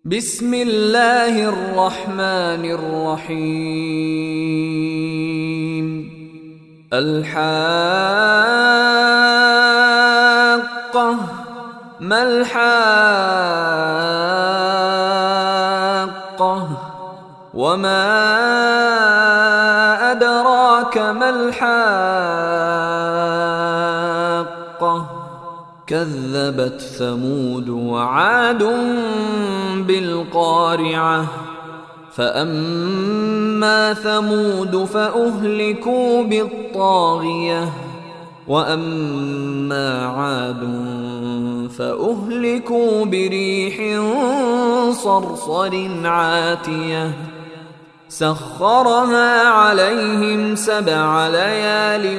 بسم الله الرحمن الرحيم. الحاقة ما الحاقة وما أدراك ما الحاقة كذبت ثمود وعاد بالقارعة فأما ثمود فأهلكوا بالطاغية وأما عاد فأهلكوا بريح صرصر عاتية سخرها عليهم 7 ليال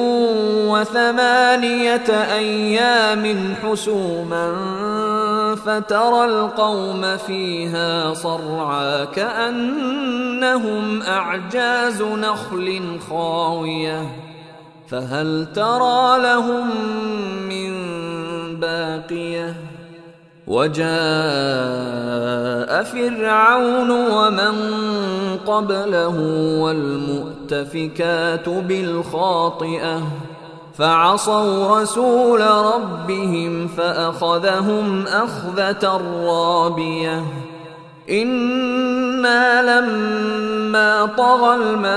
و8 أيام حسوما فترى القوم فيها صرعى كأنهم أعجاز نخل خاوية فهل ترى لهم من باقية وجاء فرعون ومن قبله والمؤتفكات بالخاطئة فعصوا رسول ربهم فأخذهم أخذة رابية إنا لما طغى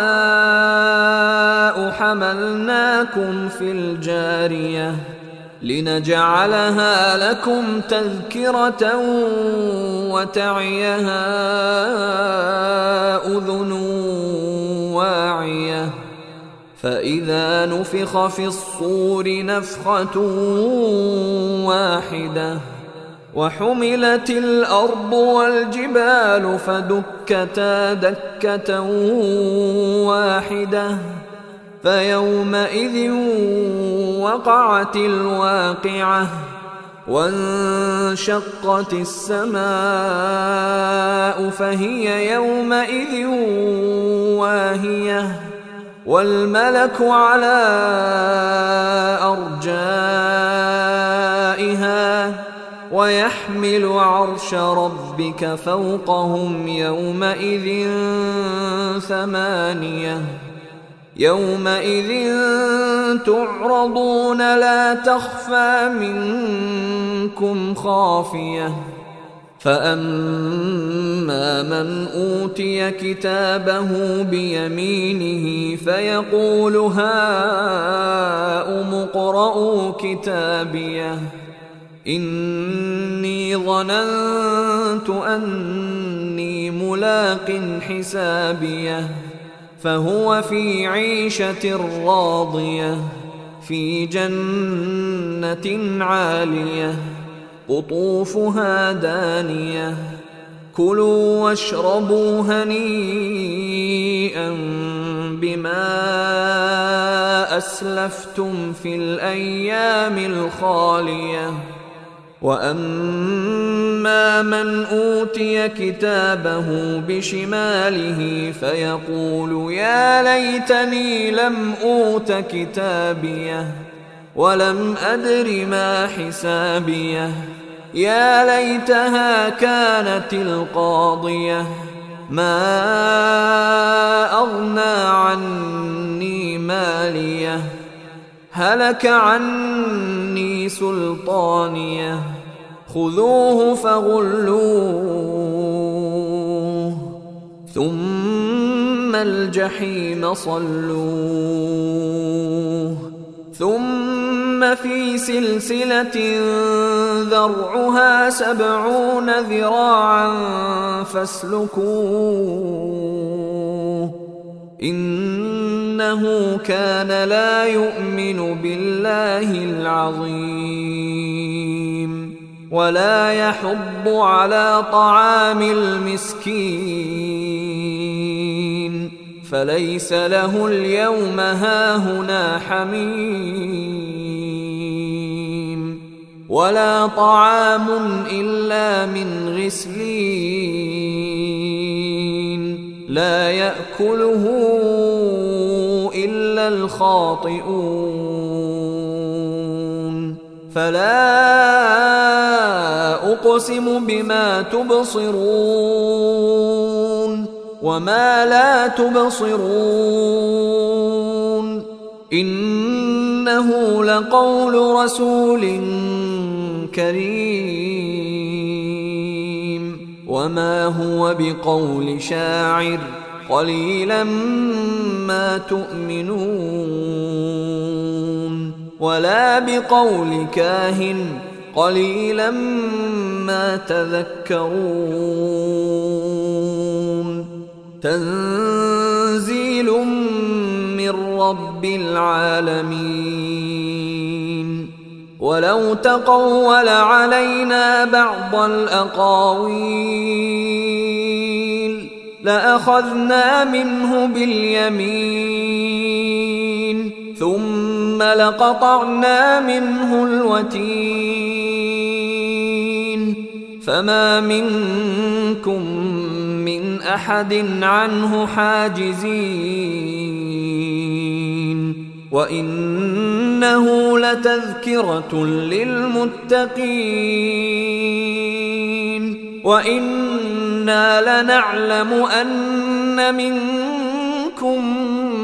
الماء حملناكم في الجارية لنجعلها لكم تذكرة وتعيها أذن واعية فإذا نفخ في الصور نفخة واحدة وحملت الأرض والجبال فدكتا دكة واحدة فيومئذ وقعت الواقعة وانشقت السماء فهي يومئذ واهية والملك على أرجائها ويحمل عرش ربك فوقهم يومئذ 8 يومئذ تعرضون لا تخفى منكم خافية فأما من أوتي كتابه بيمينه فيقول هاؤم اقرءوا كتابيه إني ظننت أني ملاق حسابيه فهو في عيشة راضية في جنة عالية قطوفها دانية كلوا واشربوا هنيئا بما أسلفتم في الأيام الخالية وأما من أوتي كتابه بشماله فيقول يا ليتني لم أوت كتابيه ولم أدر ما حسابيه يا ليتها كانت القاضية ما أغنى عني ماليه هلك عني سلطانيه خذوه فغلوه ثم الجحيم صلوه ثم في سلسلة ذرعها 70 ذراعا فاسلكوه إنه كان لا يؤمن بالله العظيم ولا يحض على طعام المسكين فليس له اليوم هاهنا حميم ولا طعام إلا من غسلين لا يأكله إلا الخاطئون فلا وأقسم بما تبصرون وما لا تبصرون إنه لقول رسول كريم وما هو بقول شاعر قليلا ما تؤمنون ولا بقول كاهن قليلا ما تذكرون تنزيل من رب العالمين ولو تقول علينا بعض الأقاويل لأخذنا منه باليمين ثم لقطعنا منه الوتين فما منكم من أحد عنه حاجزين وإنه لتذكرة للمتقين وإنا لنعلم أن منكم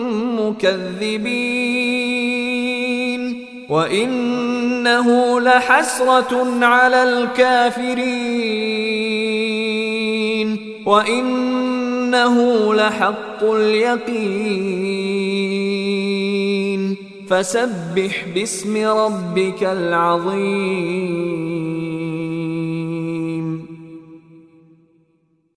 مكذبين وإنه لحسرة على الكافرين وإنه لحق اليقين فسبح باسم ربك العظيم